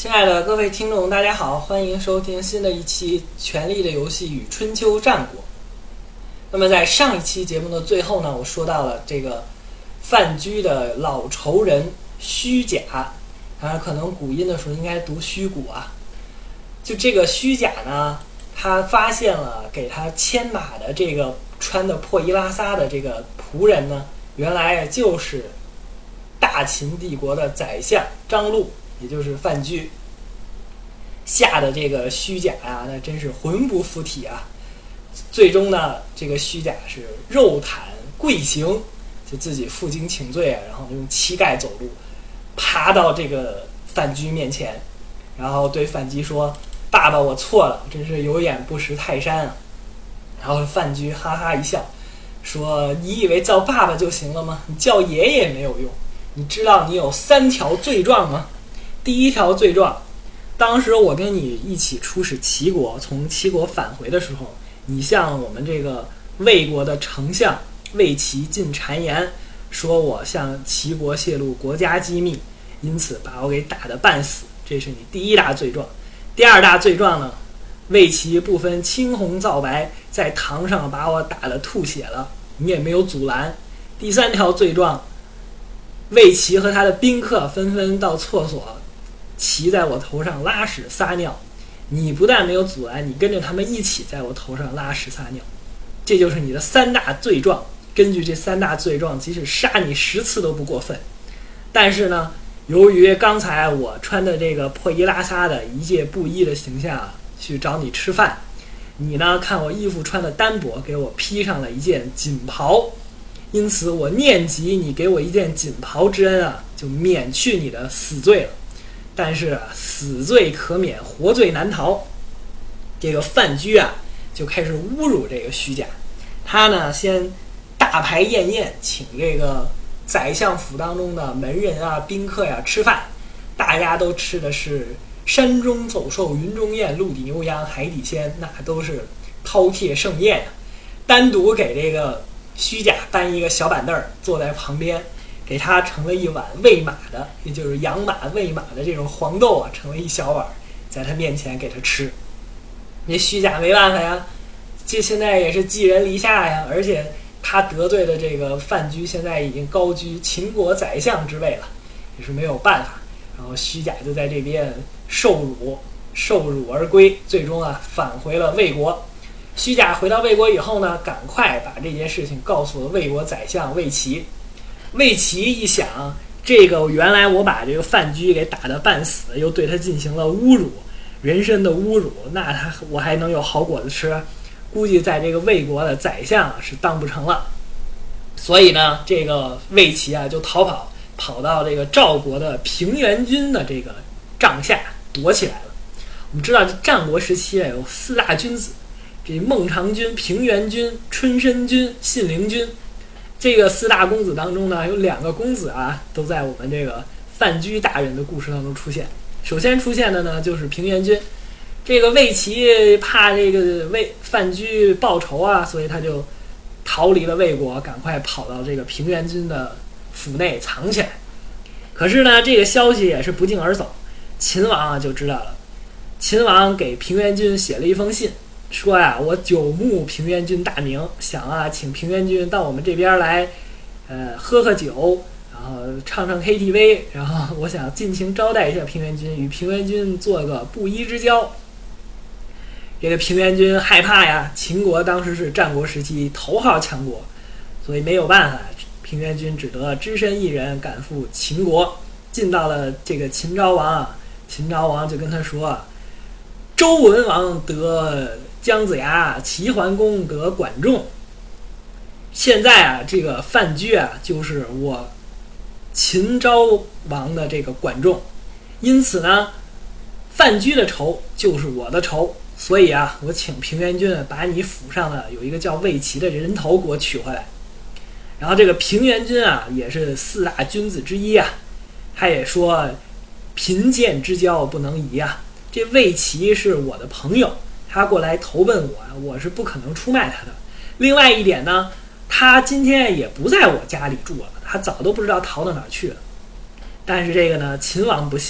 亲爱的各位听众，大家好，欢迎收听新的一期《权力的游戏与春秋战国》。那么在上一期节目的最后呢，我说到了这个范雎的老仇人虚假，当然可能古音的时候应该读虚谷啊。就这个虚假呢，他发现了给他牵马的这个穿的破衣拉撒的这个仆人呢，原来就是大秦帝国的宰相张禄，也就是范雎。吓得这个虚假啊，那真是魂不附体啊！最终呢，这个虚假是肉袒跪行，就自己负荆请罪啊，然后用膝盖走路，爬到这个范雎面前，然后对范雎说：“爸爸，我错了，真是有眼不识泰山啊！”然后范雎哈哈一笑，说：“你以为叫爸爸就行了吗？你叫爷爷没有用。你知道你有3条罪状吗？第一条罪状。”当时我跟你一起出使齐国，从齐国返回的时候，你向我们这个魏国的丞相魏齐进谗言，说我向齐国泄露国家机密，因此把我给打得半死，这是你第一大罪状。第二大罪状呢，魏齐不分青红皂白，在堂上把我打得吐血了，你也没有阻拦。第3条罪状，魏齐和他的宾客纷纷到厕所骑在我头上拉屎撒尿，你不但没有阻拦，你跟着他们一起在我头上拉屎撒尿，这就是你的3大罪状。根据这3大罪状，即使杀你10次都不过分。但是呢，由于刚才我穿的这个破衣拉撒的一介布衣的形象去找你吃饭，你呢看我衣服穿的单薄，给我披上了一件锦袍，因此我念及你给我一件锦袍之恩啊，就免去你的死罪了。但是死罪可免，活罪难逃。这个范雎啊，就开始侮辱这个虚假。他呢，先大排宴宴，请这个宰相府当中的门人啊、宾客呀吃饭，大家都吃的是山中走兽、云中雁、陆地牛羊、海底鲜，那都是饕餮盛宴啊。单独给这个虚假搬一个小板凳坐在旁边，给他盛了一碗喂马的，也就是养马喂马的这种黄豆啊，盛了一小碗，在他面前给他吃。那虚假没办法呀，这现在也是寄人篱下呀，而且他得罪的这个范雎现在已经高居秦国宰相之位了，也是没有办法。然后虚假就在这边受辱而归，最终啊返回了魏国。虚假回到魏国以后呢，赶快把这件事情告诉了魏国宰相魏齐。魏齐一想，这个原来我把这个范雎给打得半死，又对他进行了侮辱，人身的侮辱，那我还能有好果子吃？估计在这个魏国的宰相是当不成了。所以呢，这个魏齐啊就跑到这个赵国的平原君的这个帐下躲起来了。我们知道战国时期有4大君子，这孟尝君、平原君、春申君、信陵君。这个4大公子当中呢，有2个公子啊，都在我们这个范雎大人的故事当中出现。首先出现的呢，就是平原君。这个魏齐怕这个范雎报仇啊，所以他就逃离了魏国，赶快跑到这个平原君的府内藏起来。可是呢，这个消息也是不胫而走，秦王啊就知道了。秦王给平原君写了一封信，说呀，我久慕平原君大名，想啊请平原君到我们这边来，喝酒，然后唱 KTV， 然后我想尽情招待一下平原君，与平原君做个布衣之交。这个平原君害怕呀，秦国当时是战国时期头号强国，所以没有办法，平原君只得只身一人赶赴秦国，进到了这个秦昭王啊，秦昭王就跟他说，周文王得姜子牙，齐桓公得管仲。现在啊，这个范雎啊，就是我秦昭王的这个管仲，因此呢，范雎的仇就是我的仇，所以啊，我请平原君把你府上的有一个叫魏齐的人头给我取回来。然后这个平原君啊，也是4大君子之一啊，他也说贫贱之交不能移啊。这魏齐是我的朋友，他过来投奔我，我是不可能出卖他的。另外一点呢，他今天也不在我家里住了，他早都不知道逃到哪儿去了。但是这个呢，秦王不信，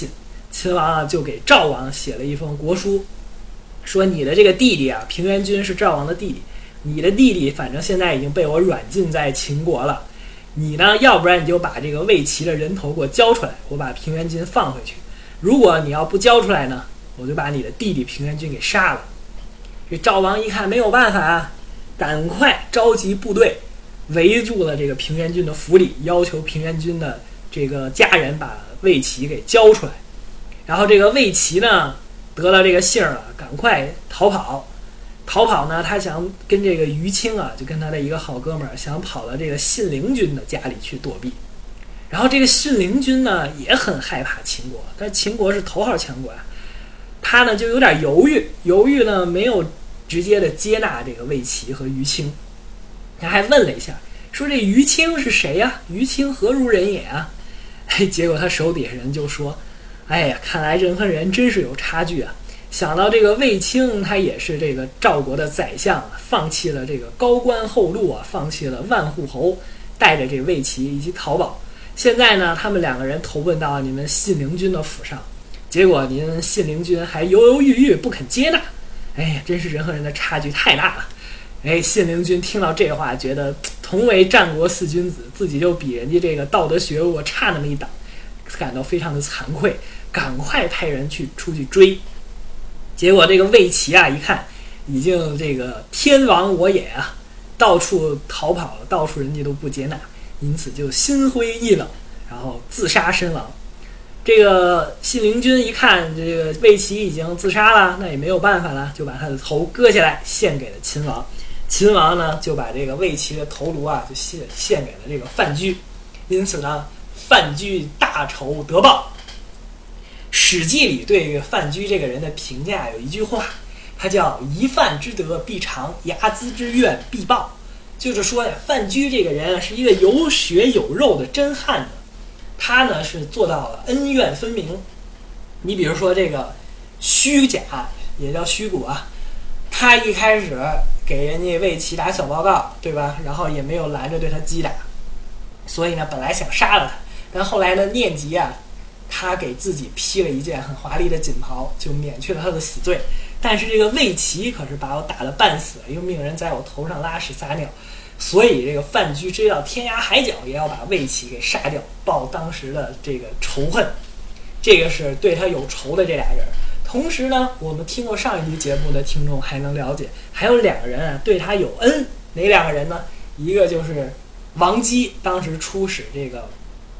秦王啊就给赵王写了一封国书，说你的这个弟弟啊，平原君是赵王的弟弟，你的弟弟反正现在已经被我软禁在秦国了，你呢，要不然你就把这个魏齐的人头给我交出来，我把平原君放回去。如果你要不交出来呢，我就把你的弟弟平原君给杀了。这赵王一看没有办法啊，赶快召集部队围住了这个平原君的府邸，要求平原君的这个家人把魏齐给交出来。然后这个魏齐呢得了这个信儿了，赶快逃跑。逃跑呢，他想跟这个于青啊，就跟他的一个好哥们儿，想跑到这个信陵君的家里去躲避。然后这个信陵君呢也很害怕秦国，但秦国是头号强国啊，他呢就有点犹豫呢没有直接的接纳这个魏齐和于青。他还问了一下，说这于青是谁呀？于青何如人也啊？结果他手底下人就说，哎呀，看来人和人真是有差距啊。想到这个卫青，他也是这个赵国的宰相，放弃了这个高官厚禄啊，放弃了万户侯，带着这魏齐一起逃跑。现在呢，他们两个人投奔到你们信陵君的府上，结果您信陵君还犹犹豫豫不肯接纳。哎呀，真是人和人的差距太大了。信陵君听到这话，觉得同为战国四君子，自己就比人家这个道德学务差那么一档，感到非常的惭愧，赶快派人出去追。结果这个魏齐啊，一看已经这个天亡我也啊，到处逃跑了，到处人家都不接纳，因此就心灰意冷，然后自杀身亡。这个信陵君一看这个魏齐已经自杀了，那也没有办法了，就把他的头割下来献给了秦王。秦王呢就把这个魏齐的头颅啊就献给了这个范雎，因此呢范雎大仇得报。史记里对这个范雎这个人的评价有一句话，他叫一范之德必偿，睚眦之怨必报。就是说呀，范雎这个人是一个有血有肉的真汉子，他呢是做到了恩怨分明。你比如说这个虚假也叫虚谷啊，他一开始给人家魏齐打小报告，对吧？然后也没有拦着对他击打，所以呢本来想杀了他，但后来呢念及啊，他给自己披了一件很华丽的锦袍，就免去了他的死罪。但是这个魏齐可是把我打得半死，又命人在我头上拉屎撒尿，所以这个范雎追到天涯海角也要把魏齐给杀掉，报当时的这个仇恨。这个是对他有仇的这俩人。同时呢，我们听过上一集节目的听众还能了解，还有两个人啊对他有恩。哪两个人呢？一个就是王姬，当时出使这个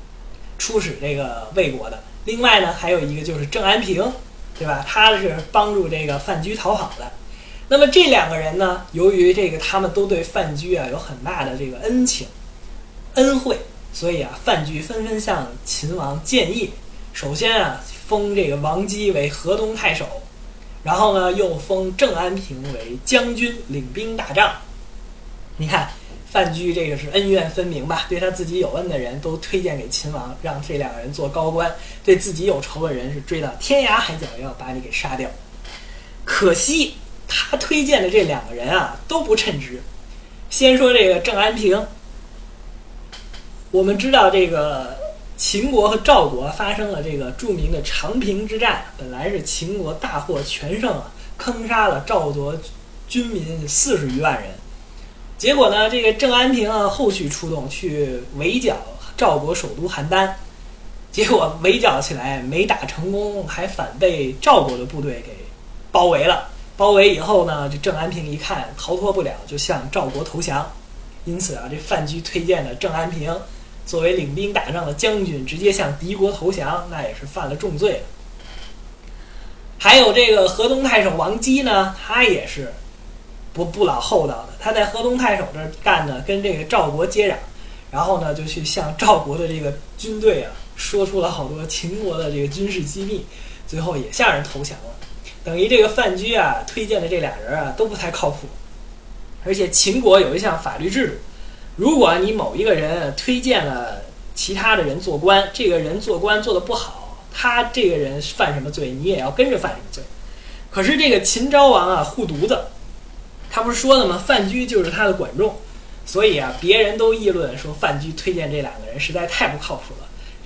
魏国的。另外呢，还有一个就是郑安平，对吧？他是帮助这个范雎逃跑的。那么这两个人呢，由于这个他们都对范雎啊有很大的这个恩惠，所以啊，范雎纷纷向秦王建议。首先啊，封这个王姬为河东太守，然后呢，又封郑安平为将军，领兵打仗。你看范雎这个是恩怨分明吧，对他自己有恩的人都推荐给秦王，让这两个人做高官，对自己有仇的人是追到天涯海角要把你给杀掉。可惜他推荐的这两个人啊都不称职。先说这个郑安平，我们知道这个秦国和赵国发生了这个著名的长平之战，本来是秦国大获全胜啊，坑杀了赵国军民40余万人。结果呢，这个郑安平啊后续出动去围剿赵国首都邯郸，结果围剿起来没打成功，还反被赵国的部队给包围了。包围以后呢，这郑安平一看逃脱不了，就向赵国投降。因此啊，这范雎推荐的郑安平作为领兵打仗的将军，直接向敌国投降，那也是犯了重罪了。还有这个河东太守王姬呢，他也是不老厚道的，他在河东太守这干的跟这个赵国接壤，然后呢就去向赵国的这个军队啊说出了好多秦国的这个军事机密，最后也向人投降了。等于这个范雎啊推荐的这俩人啊都不太靠谱。而且秦国有一项法律制度，如果你某一个人推荐了其他的人做官，这个人做官做得不好，他这个人犯什么罪，你也要跟着犯什么罪。可是这个秦昭王啊护犊子，他不是说了吗？范雎就是他的管仲，所以啊，别人都议论说范雎推荐这两个人实在太不靠谱了。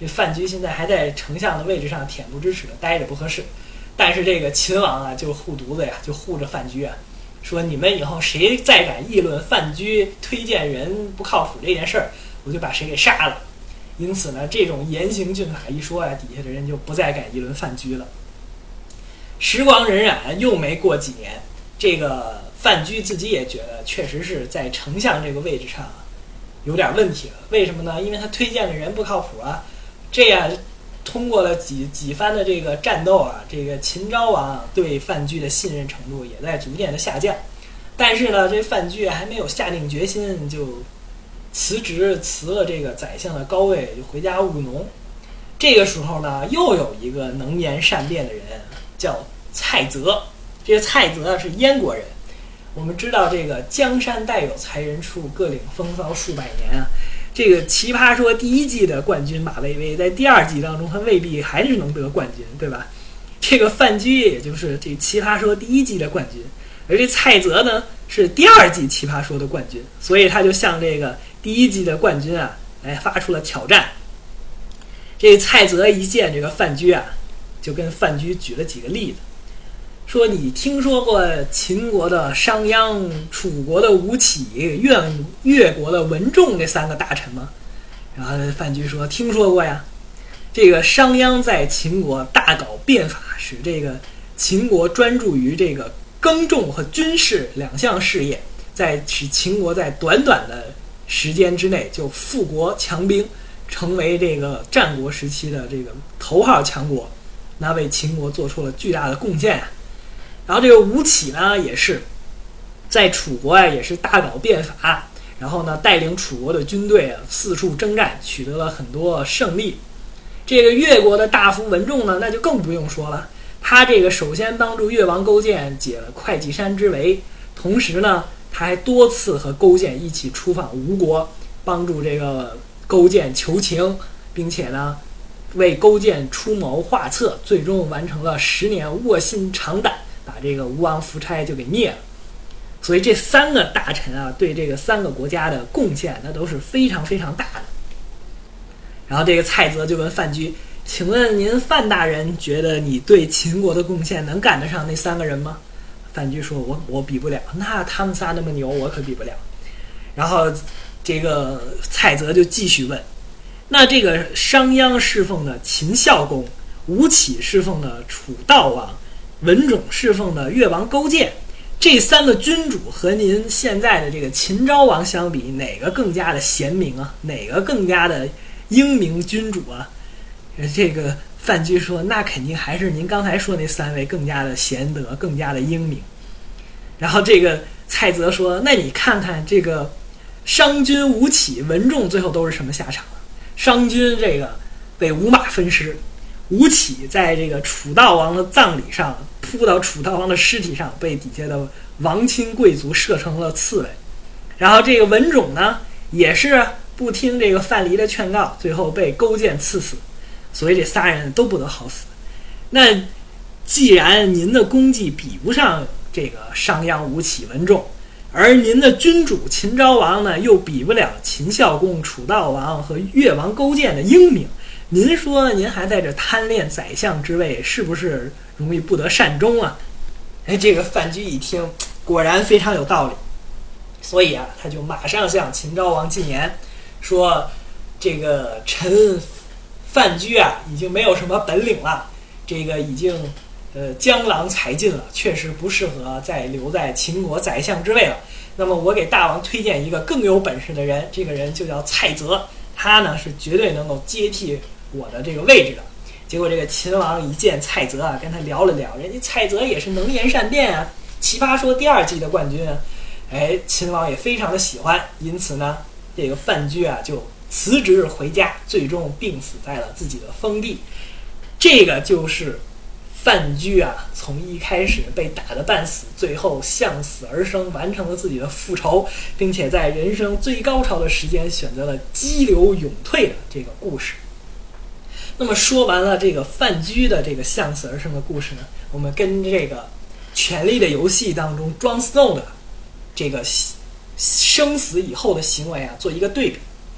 这范雎现在还在丞相的位置上恬不知耻的待着不合适。但是这个秦王啊，就护犊子呀，就护着范雎啊，说你们以后谁再敢议论范雎推荐人不靠谱这件事儿，我就把谁给杀了。因此呢，这种严刑峻法一说呀，底下的人就不再敢议论范雎了。时光荏苒，又没过几年，这个范雎自己也觉得确实是在丞相这个位置上有点问题了。为什么呢？因为他推荐的人不靠谱啊。这样通过了几番的这个战斗啊，这个秦昭王对范雎的信任程度也在逐渐的下降。但是呢，这范雎还没有下定决心，就辞职，辞了这个宰相的高位，就回家务农。这个时候呢，又有一个能言善辩的人，叫蔡泽。这个蔡泽是燕国人。我们知道这个江山代有才人处，各领风骚数百年啊。这个奇葩说第一季的冠军马薇薇，在第二季当中，他未必还是能得冠军，对吧？这个范雎也就是这奇葩说第一季的冠军，而这蔡泽呢是第二季奇葩说的冠军，所以他就向这个第一季的冠军啊来发出了挑战。这蔡泽一见这个范雎啊，就跟范雎举了几个例子，说你听说过秦国的商鞅、楚国的吴起、越国的文仲这三个大臣吗？然后范雎说听说过呀。这个商鞅在秦国大搞变法，使这个秦国专注于这个耕种和军事两项事业，使秦国在短短的时间之内就富国强兵，成为这个战国时期的这个头号强国，那为秦国做出了巨大的贡献啊。然后这个吴起呢，也是在楚国啊，也是大搞变法，然后呢，带领楚国的军队啊四处征战，取得了很多胜利。这个越国的大夫文仲呢，那就更不用说了，他这个首先帮助越王勾践解了会稽山之围，同时呢，他还多次和勾践一起出访吴国，帮助这个勾践求情，并且呢，为勾践出谋划策，最终完成了10年卧薪尝胆，把这个吴王夫差就给灭了。所以这三个大臣啊，对这个三个国家的贡献那都是非常非常大的。然后这个蔡泽就问范雎，请问您范大人觉得你对秦国的贡献能赶得上那三个人吗？范雎说我比不了，那他们仨那么牛，我可比不了。然后这个蔡泽就继续问，那这个商鞅侍奉的秦孝公，吴起侍奉的楚悼王，文种侍奉的越王勾践，这三个君主和您现在的这个秦昭王相比，哪个更加的贤明啊？哪个更加的英明君主啊？这个范雎说，那肯定还是您刚才说那三位更加的贤德，更加的英明。然后这个蔡泽说，那你看看这个商君、吴起、文仲最后都是什么下场啊？商君这个被五马分尸，吴起在这个楚悼王的葬礼上扑到楚悼王的尸体上，被底下的王亲贵族射成了刺猬。然后这个文种呢，也是不听这个范蠡的劝告，最后被勾践刺死。所以这仨人都不得好死。那既然您的功绩比不上这个商鞅、吴起、文仲，而您的君主秦昭王呢，又比不了秦孝公、楚悼王和越王勾践的英明，您说您还在这贪恋宰相之位，是不是容易不得善终啊？这个范雎一听，果然非常有道理，所以啊，他就马上向秦昭王进言，说这个臣范雎啊，已经没有什么本领了，这个已经江郎才尽了，确实不适合再留在秦国宰相之位了。那么我给大王推荐一个更有本事的人，这个人就叫蔡泽，他呢是绝对能够接替我的这个位置的。结果这个秦王一见蔡泽啊，跟他聊了聊，人家蔡泽也是能言善辩啊，奇葩说第2季的冠军啊，秦王也非常的喜欢，因此呢，这个范雎啊就辞职回家，最终病死在了自己的封地。这个就是范雎啊，从一开始被打得半死，最后向死而生，完成了自己的复仇，并且在人生最高潮的时间选择了激流勇退的这个故事。那么说完了这个范雎的这个向死而生的故事呢，我们跟这个《权力的游戏》当中 Jon Snow 的这个生死以后的行为啊做一个对比。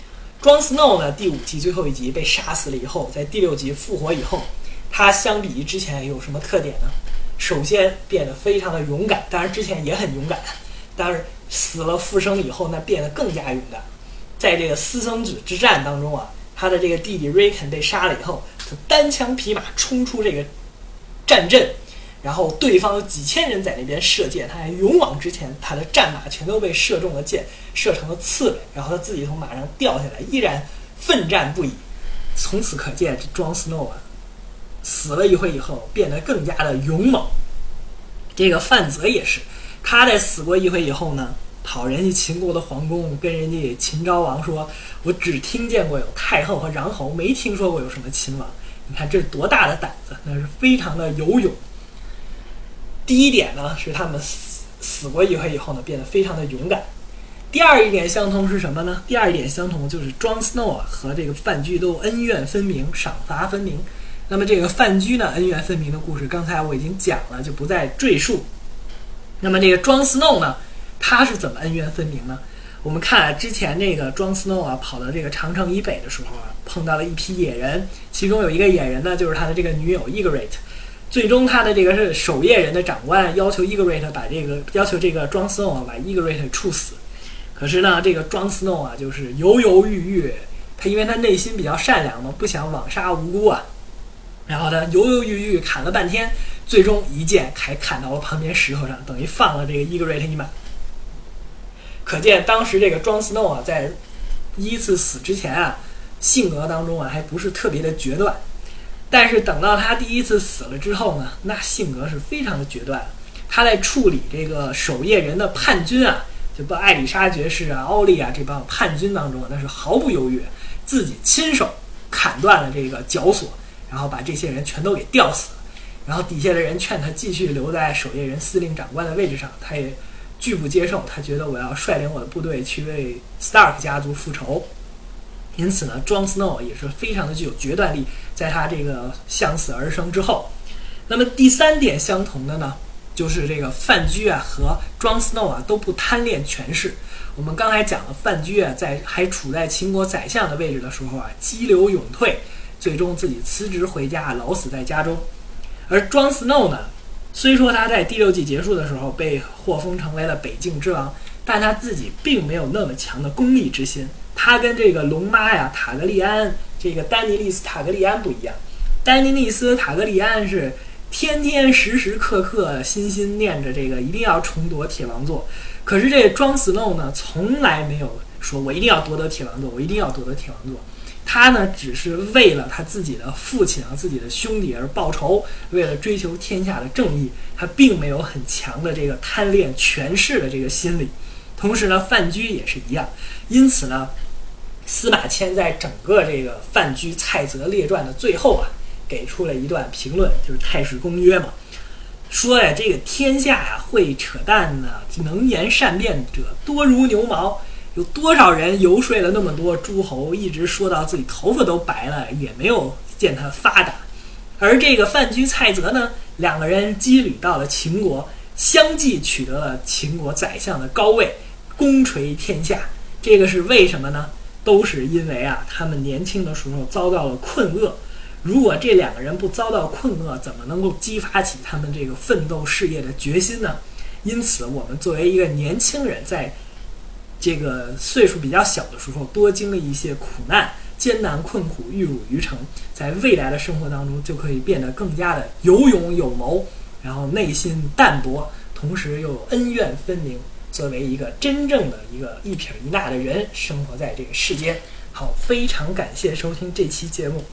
Jon Snow 呢，第5集最后一集被杀死了以后，在第6集复活以后，他相比于之前有什么特点呢？首先变得非常的勇敢，当然之前也很勇敢，但是死了复生以后，那变得更加勇敢。在这个私生子之战当中啊，他的这个弟弟 Rickon 被杀了以后，他单枪匹马冲出这个战阵，然后对方有几千人在那边射箭，他还勇往直前，他的战马全都被射中了箭，射成了刺猬，然后他自己从马上掉下来，依然奋战不已。从此可见，这 Jon Snow 啊，死了一回以后变得更加的勇猛。这个范泽也是，他在死过一回以后呢，跑人家秦国的皇宫，跟人家秦昭王说，我只听见过有太后和穰侯，没听说过有什么秦王。你看这是多大的胆子，那是非常的有勇。第一点呢，是他们死过一回以后呢，变得非常的勇敢。第二一点相同是什么呢？第二一点相同就是 Jon Snow 啊和这个范雎都恩怨分明，赏罚分明。那么这个范雎呢，恩怨分明的故事，刚才我已经讲了，就不再赘述。那么这个 Jon Snow 呢，他是怎么恩怨分明呢？我们看啊，之前这个 Jon Snow 啊跑到这个长城以北的时候啊，碰到了一批野人，其中有一个野人呢，就是他的这个女友 Ygritte。最终他的这个是守夜人的长官要求 Ygritte 要求这个 Jon Snow 啊把 Ygritte 处死。可是呢，这个 Jon Snow 啊就是犹犹豫豫，他因为他内心比较善良嘛，不想枉杀无辜啊。然后他犹犹豫豫砍了半天，最终一剑还砍到了旁边石头上，等于放了这个 Ygritte 一马。可见当时这个 Jon Snow 啊在第一次死之前啊，性格当中啊还不是特别的决断。但是等到他第一次死了之后呢，那性格是非常的决断。他在处理这个守夜人的叛军啊，就把艾丽莎爵士啊、奥利啊这帮叛军当中，那是毫不犹豫，自己亲手砍断了这个绞索，然后把这些人全都给吊死了。然后底下的人劝他继续留在守夜人司令长官的位置上，他也拒不接受。他觉得我要率领我的部队去为 Stark 家族复仇。因此呢 Jon Snow 也是非常的具有决断力，在他这个向死而生之后。那么第三点相同的呢，就是这个范雎啊和 Jon Snow 啊都不贪恋权势。我们刚才讲了，范雎啊在还处在秦国宰相的位置的时候啊，激流勇退，最终自己辞职回家，老死在家中。而 Jon Snow 呢，虽说他在第6季结束的时候被获封成为了北境之王，但他自己并没有那么强的功利之心。他跟这个龙妈呀塔格利安，这个丹尼利斯塔格利安不一样。丹尼利斯塔格利安是天天时时刻刻心心念着这个一定要重夺铁王座，可是这个 Jon Snow 呢，从来没有说我一定要夺得铁王座，我一定要夺得铁王座。他呢，只是为了他自己的父亲啊、自己的兄弟而报仇，为了追求天下的正义，他并没有很强的这个贪恋权势的这个心理。同时呢，范雎也是一样。因此呢，司马迁在整个这个范雎蔡泽列传的最后啊，给出了一段评论，就是《太史公约》嘛，说呀，这个天下呀会扯淡呢，能言善辩者多如牛毛。有多少人游说了那么多诸侯，一直说到自己头发都白了，也没有见他发达。而这个范雎、蔡泽呢，两个人羁旅到了秦国，相继取得了秦国宰相的高位，功垂天下。这个是为什么呢？都是因为啊，他们年轻的时候遭到了困厄。如果这两个人不遭到困厄，怎么能够激发起他们这个奋斗事业的决心呢？因此，我们作为一个年轻人，在这个岁数比较小的时候，多经历一些苦难、艰难困苦、玉汝于成，在未来的生活当中就可以变得更加的有勇有谋，然后内心淡泊，同时又恩怨分明，作为一个真正的一撇一捺的人，生活在这个世间。好，非常感谢收听这期节目。